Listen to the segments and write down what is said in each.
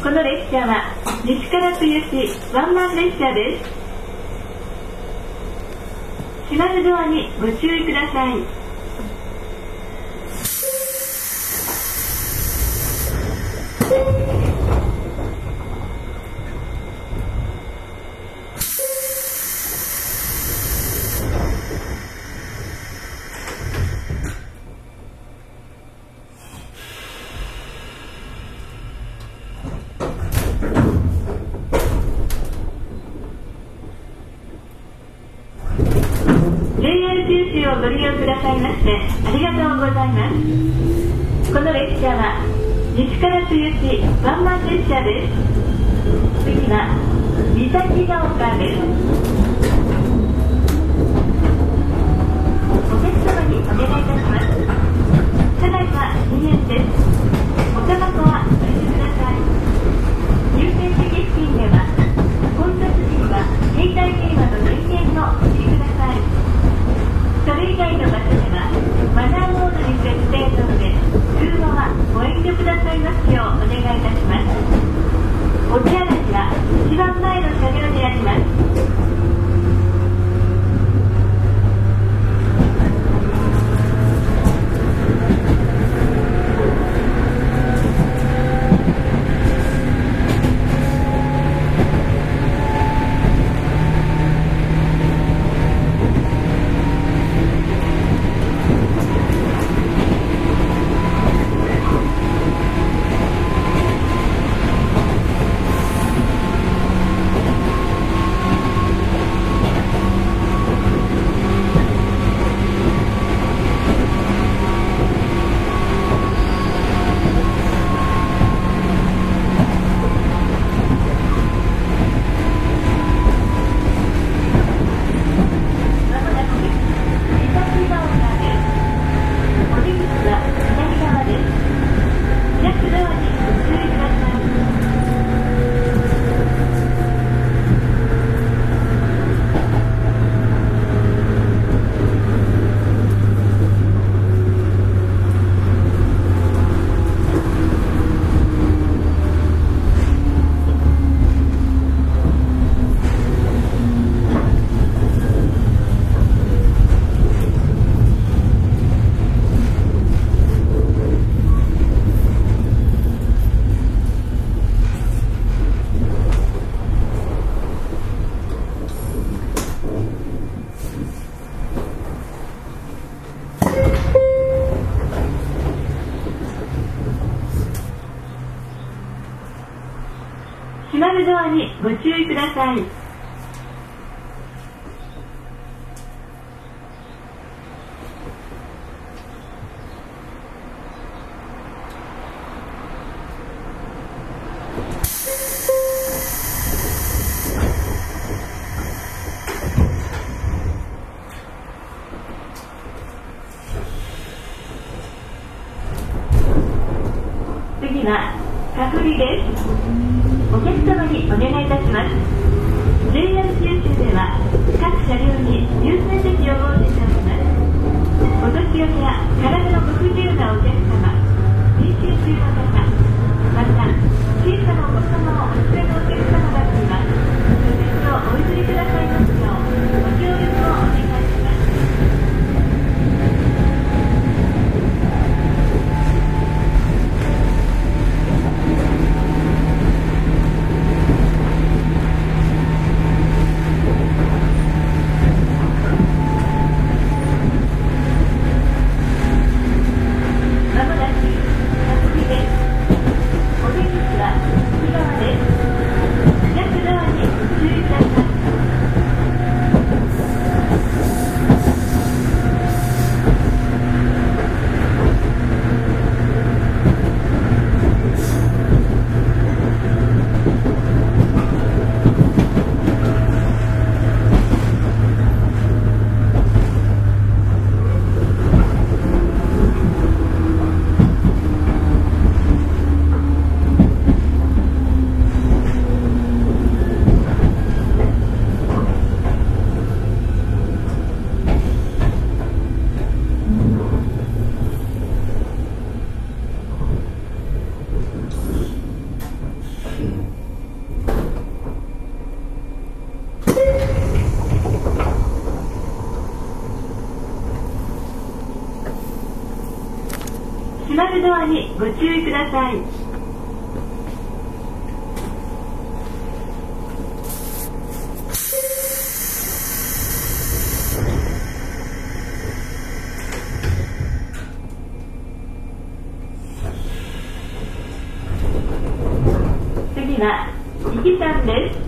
この列車は西から冬市ワンマン列車です。閉まるドアにご注意ください。JR 九州をご利用くださいましてありがとうございます。この列車は西から冬市ワンマン列車です。次は三崎ヶ丘です。お客様にお願いいたします。車内は2円です。おタバコはおやめください。優先席付近では混雑時には携帯電話の電源をお切りください。それ以外の場所ではマナーモードに設定なので通話はご遠慮くださいますようお願いいたします。お手洗いは一番前の車両にあります。閉まるドアにご注意ください。次は隔離です。お客様にお願いいたします。 閉まるドアにご注意ください。次は行きさんです。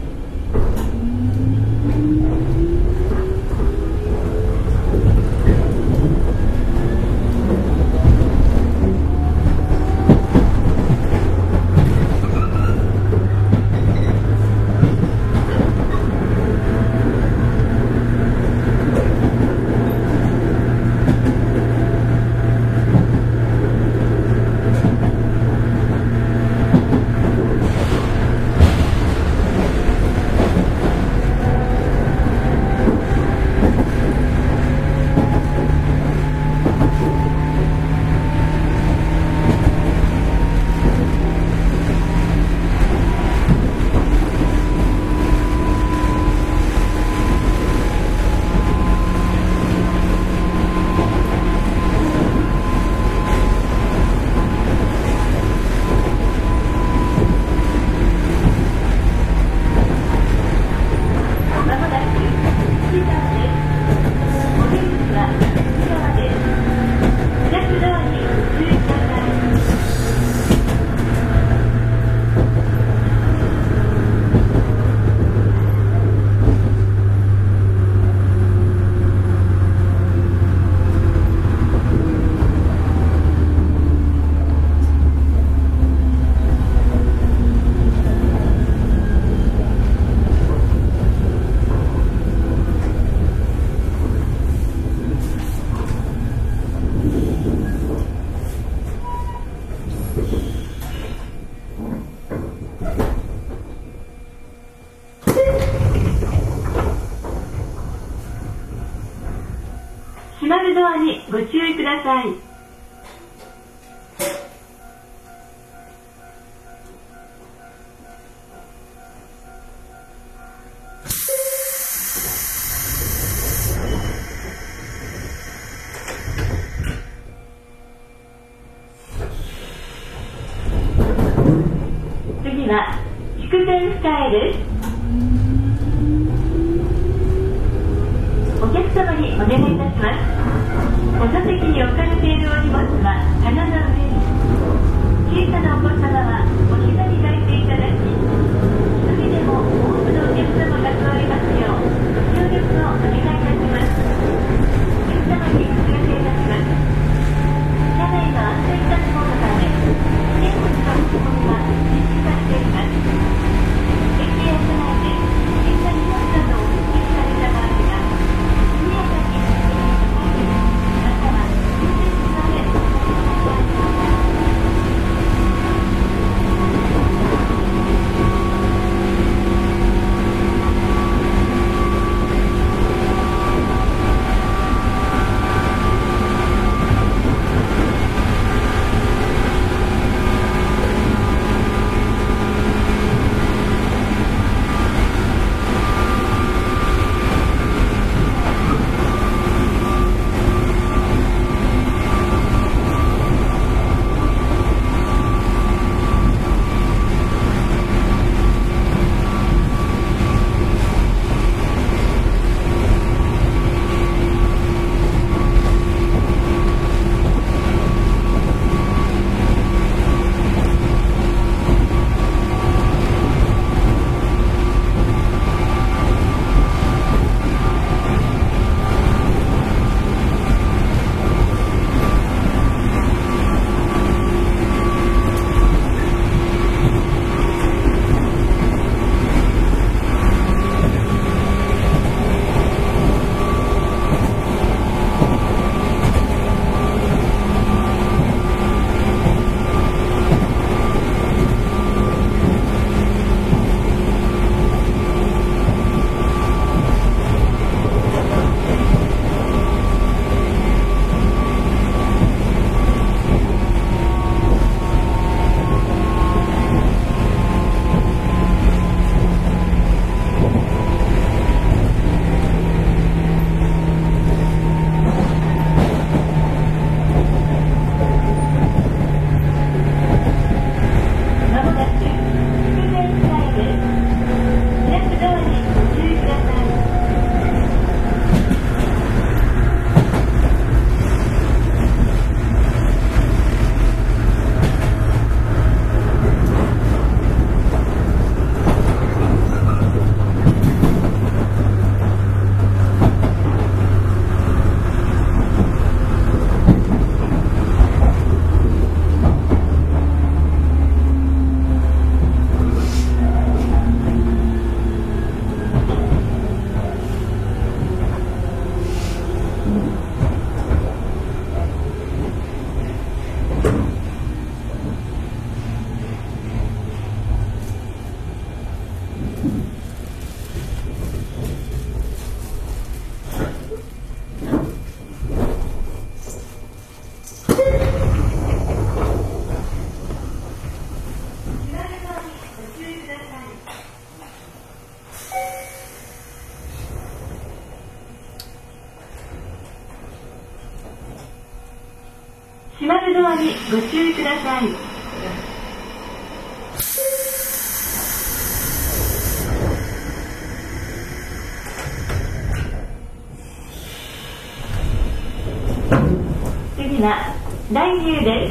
閉まるドアにご注意ください。次は祝電控えです。お客様にお願いいたします。お座席に置かれているお荷物は棚の上に。小さなお子様はお膝に抱いていただき、一人でも多くのお客様が座りますようご協力をお願いいたします。お客様にお知らせいたします。車内の安全確保のため、危険物の持ち込みは禁止されています。駅や車内で危険な荷物などを発見された場合は、速やかにまたは運転手までお願いします。 閉まるドアにご注意ください。次は大流です。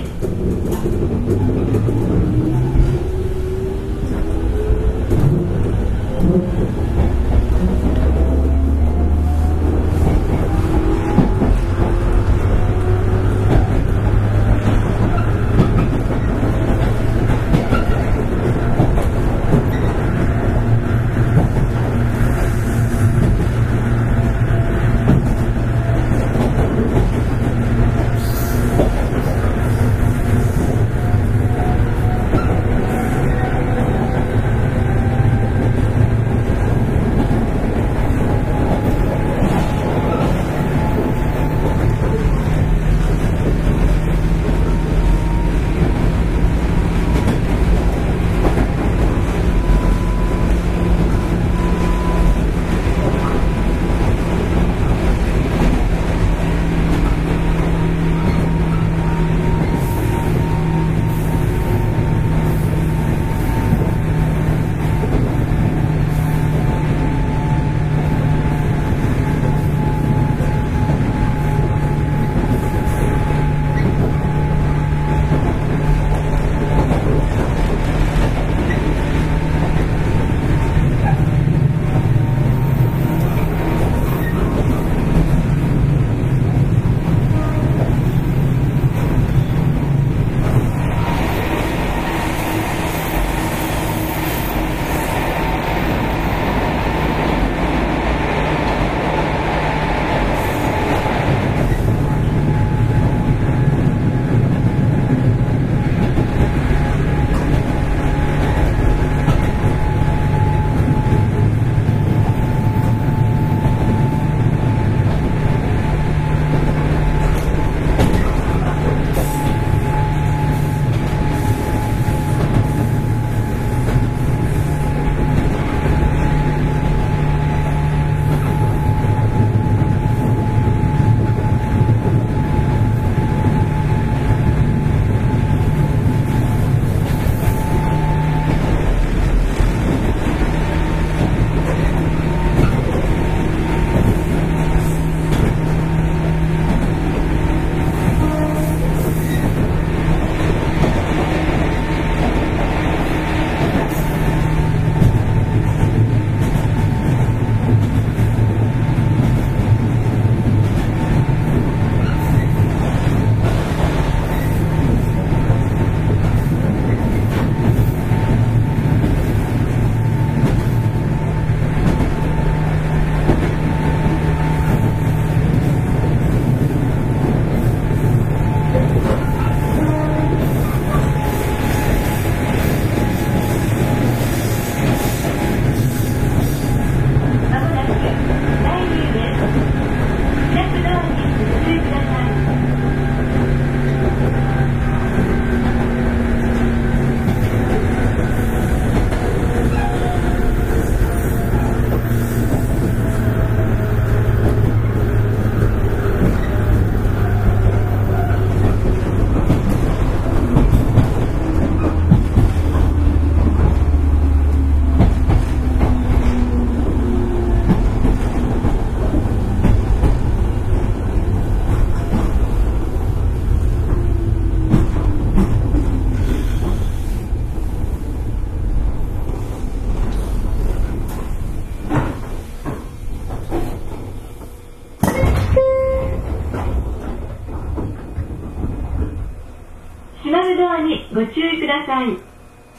ドアにご注意ください。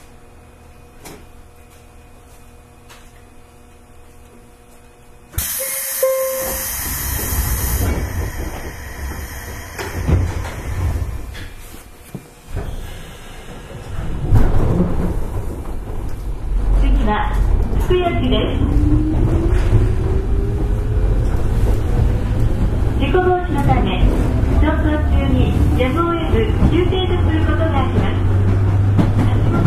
次は福吉です。事故防止のため走行中にやむを得ず急停車することがあります。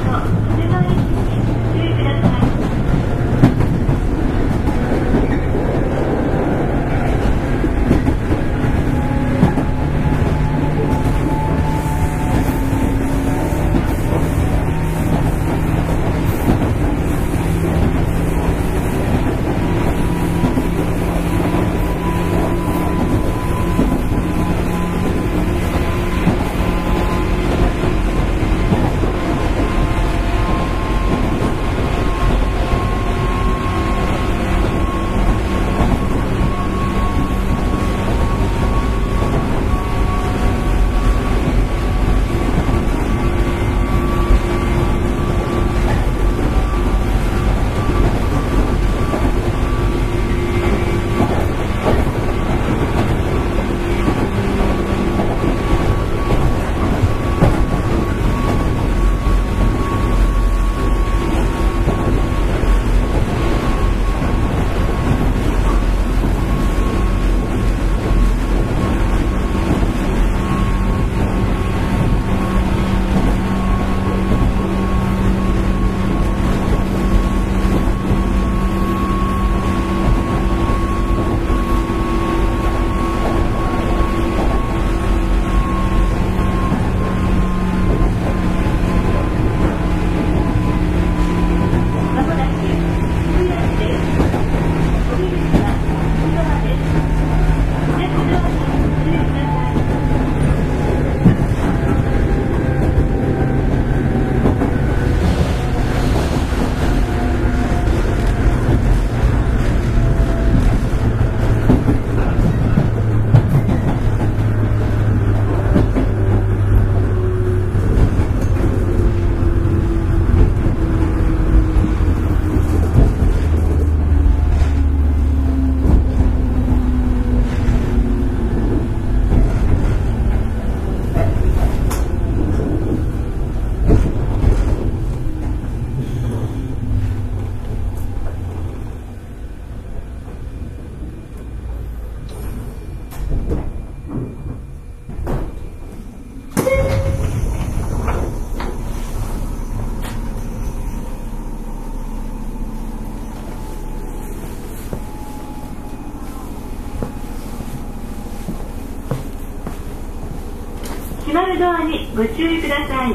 閉まるドアにご注意ください。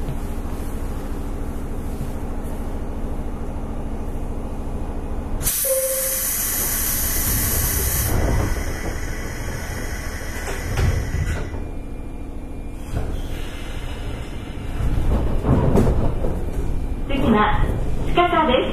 次は地下化です。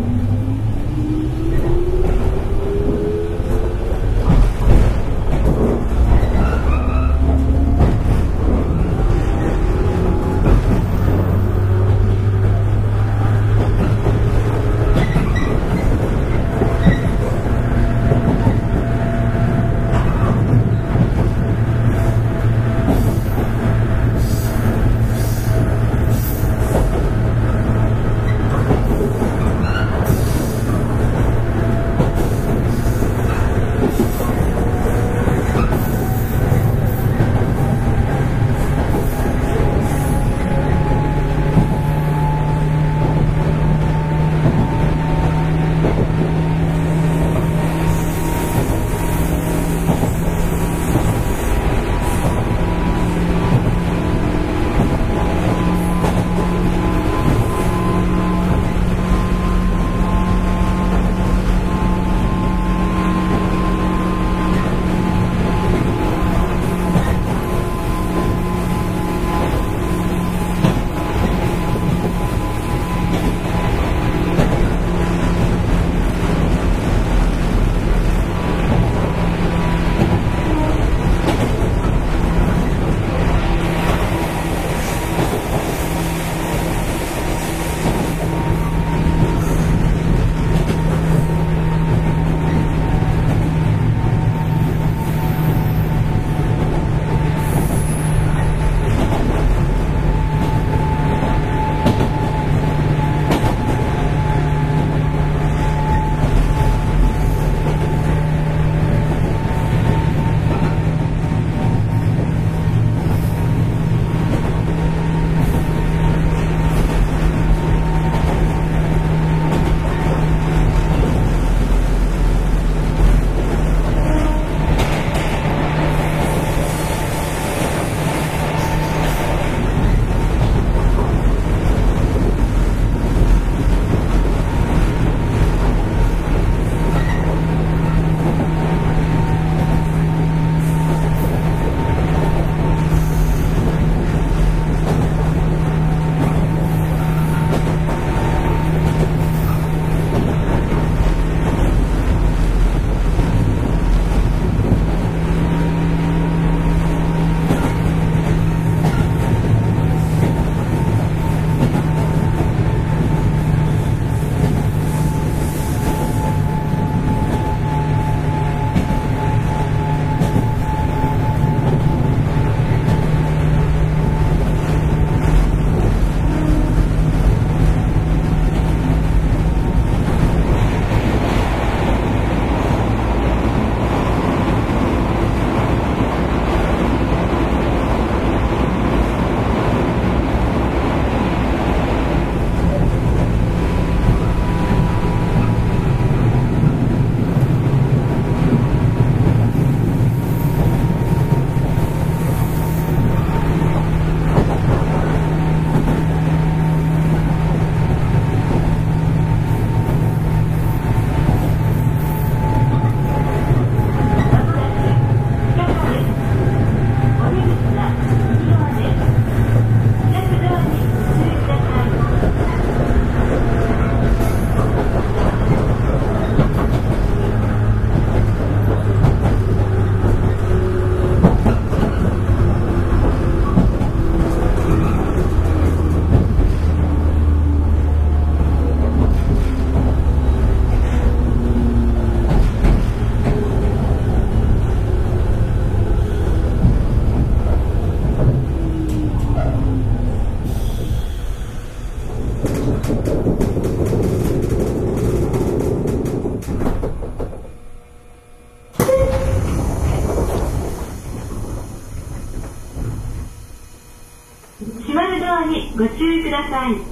ご注意ください。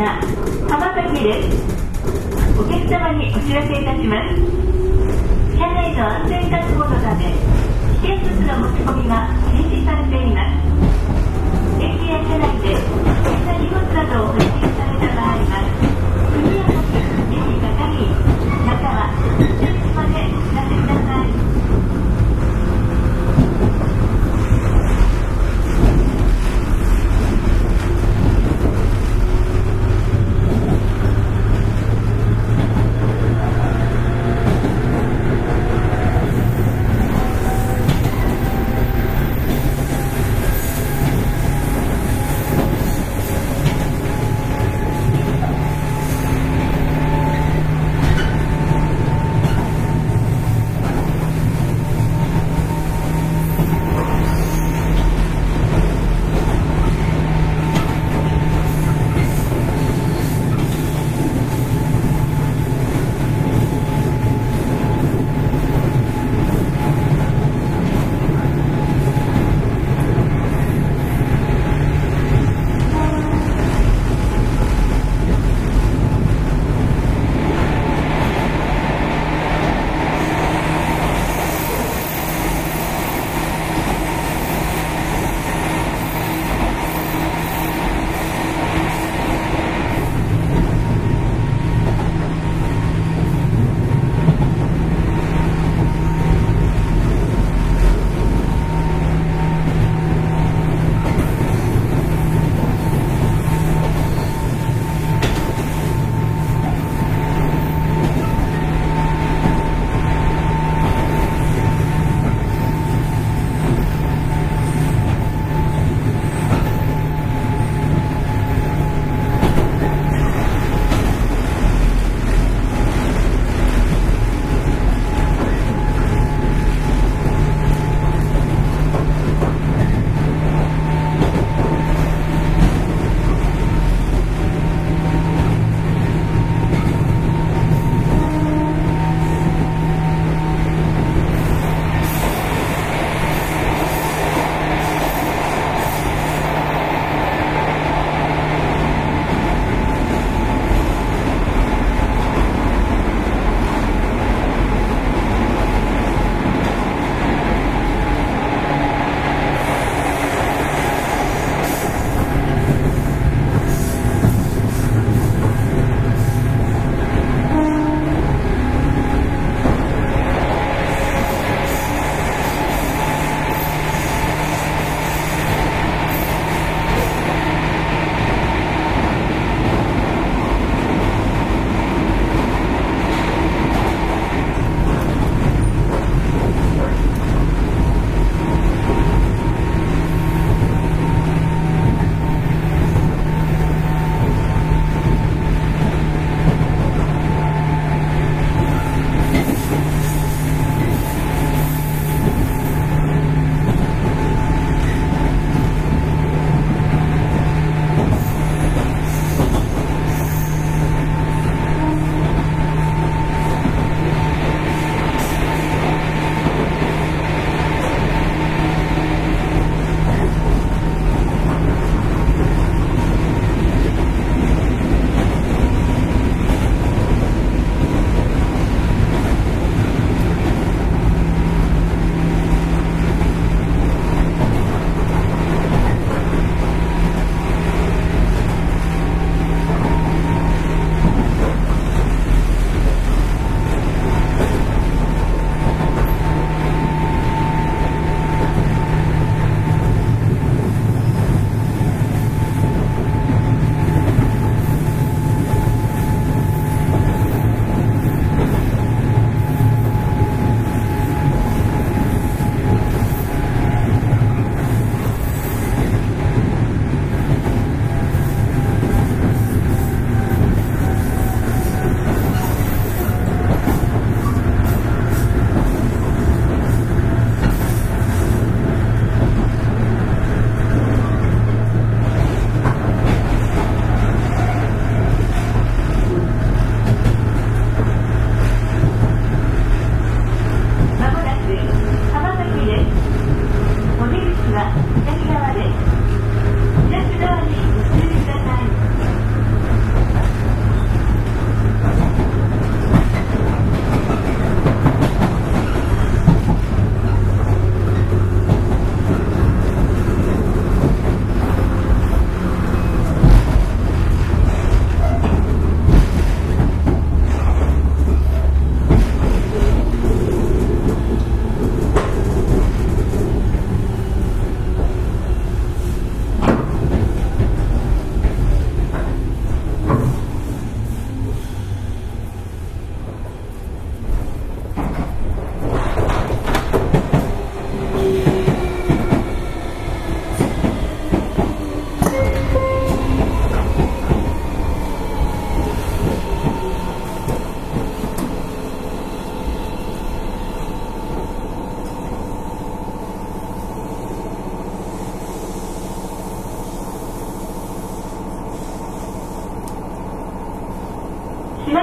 が浜崎です。お客様にお知らせいたします。車内の安全確保のため、危険物の持ち込みが禁止されています。駅や車内で危険な荷物などを発見された場合は、速やかに駅係員または運転手までお知らせください。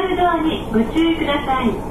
るドアにご注意ください。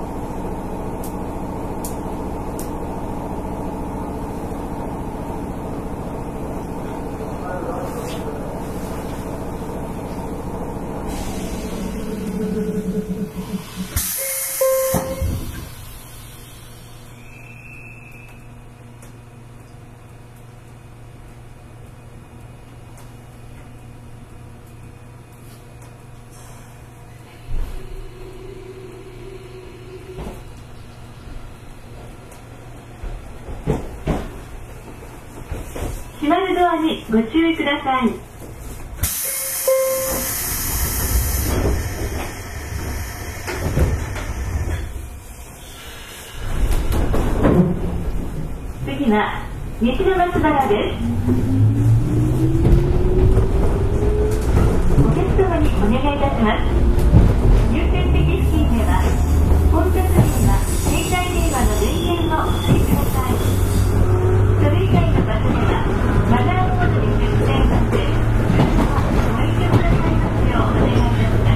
閉まるドアにご注意ください。次は西の松原です。お客様にお願いいたします。優先席付近では混雑時には携帯電話の電源をお切りください。それ以外の場所ではマナーモードに設定させ、ご遠慮くださいますようお願いいたします。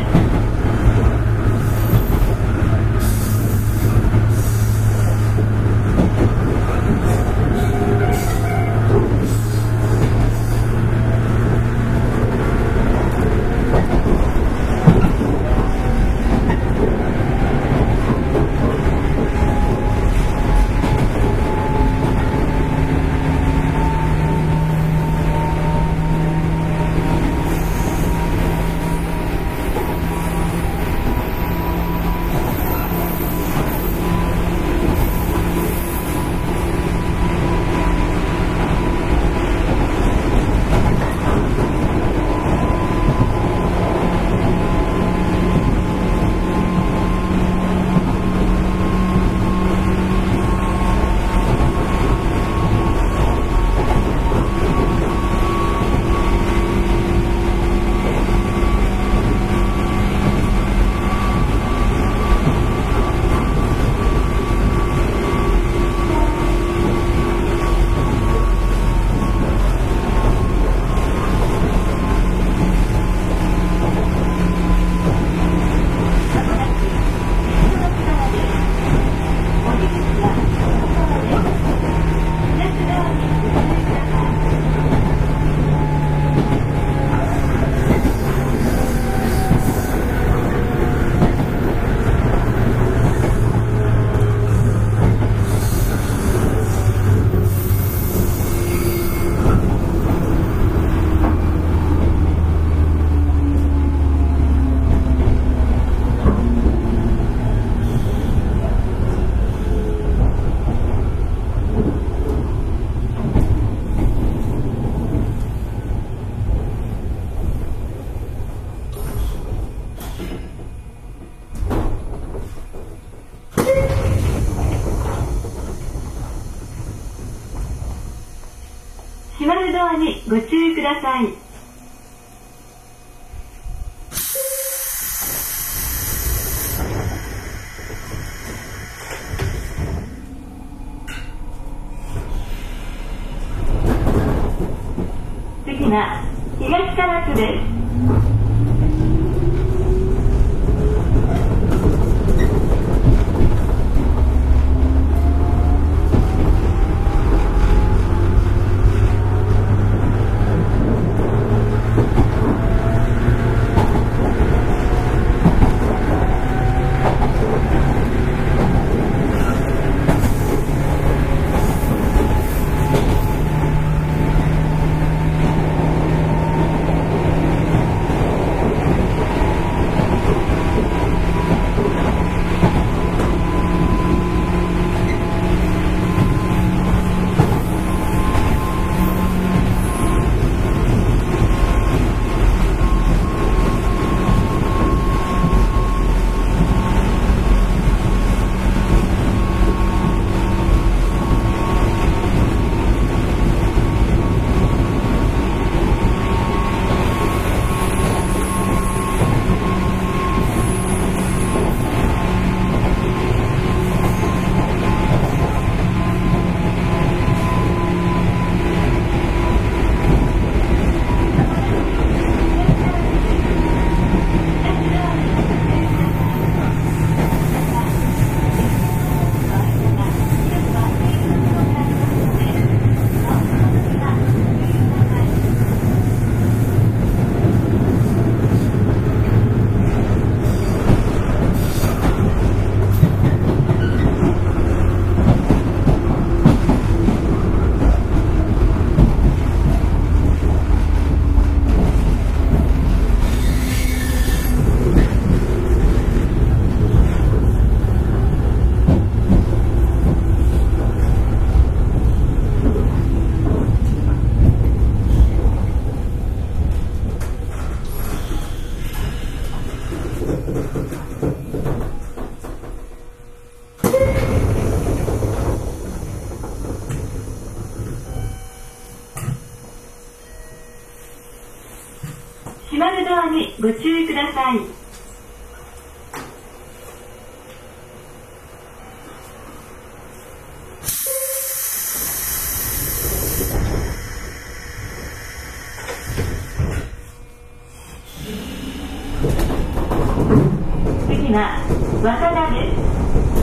閉まるドアにご注意ください。次は東唐津です。 閉まるドアにご注意ください。次は早稲田です。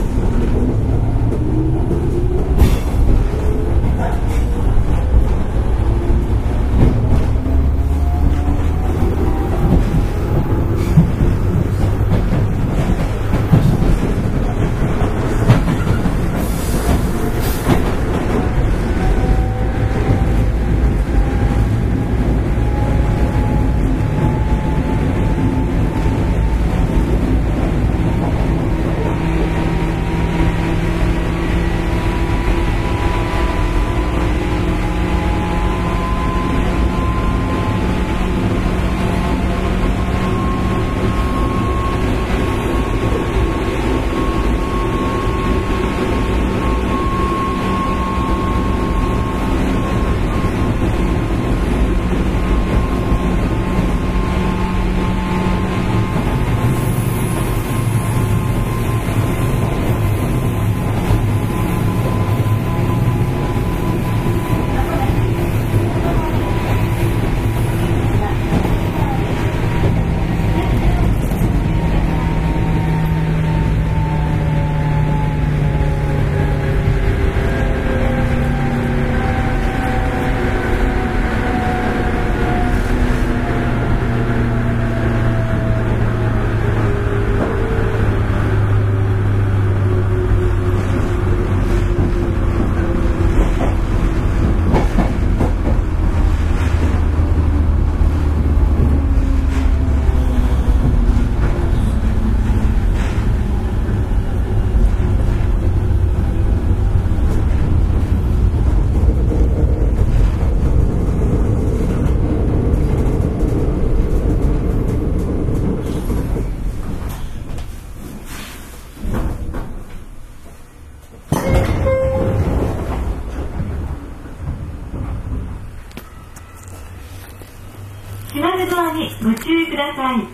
閉まるドアにご注意ください。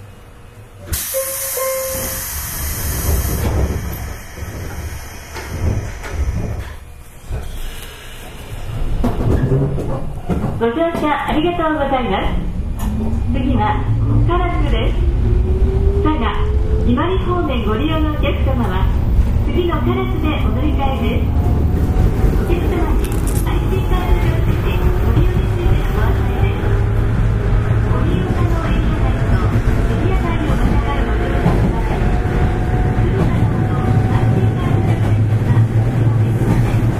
ご乗車ありがとうございます。次は唐津です。佐賀、伊万里方面ご利用のお客様は次の唐津でお乗り換えです。お客様に IC カード表示しご利用についてのご案内です。ご利用可能エリア内とエリア内をまたがるご乗車の場合、通貨の IC カード表示がご利用できません。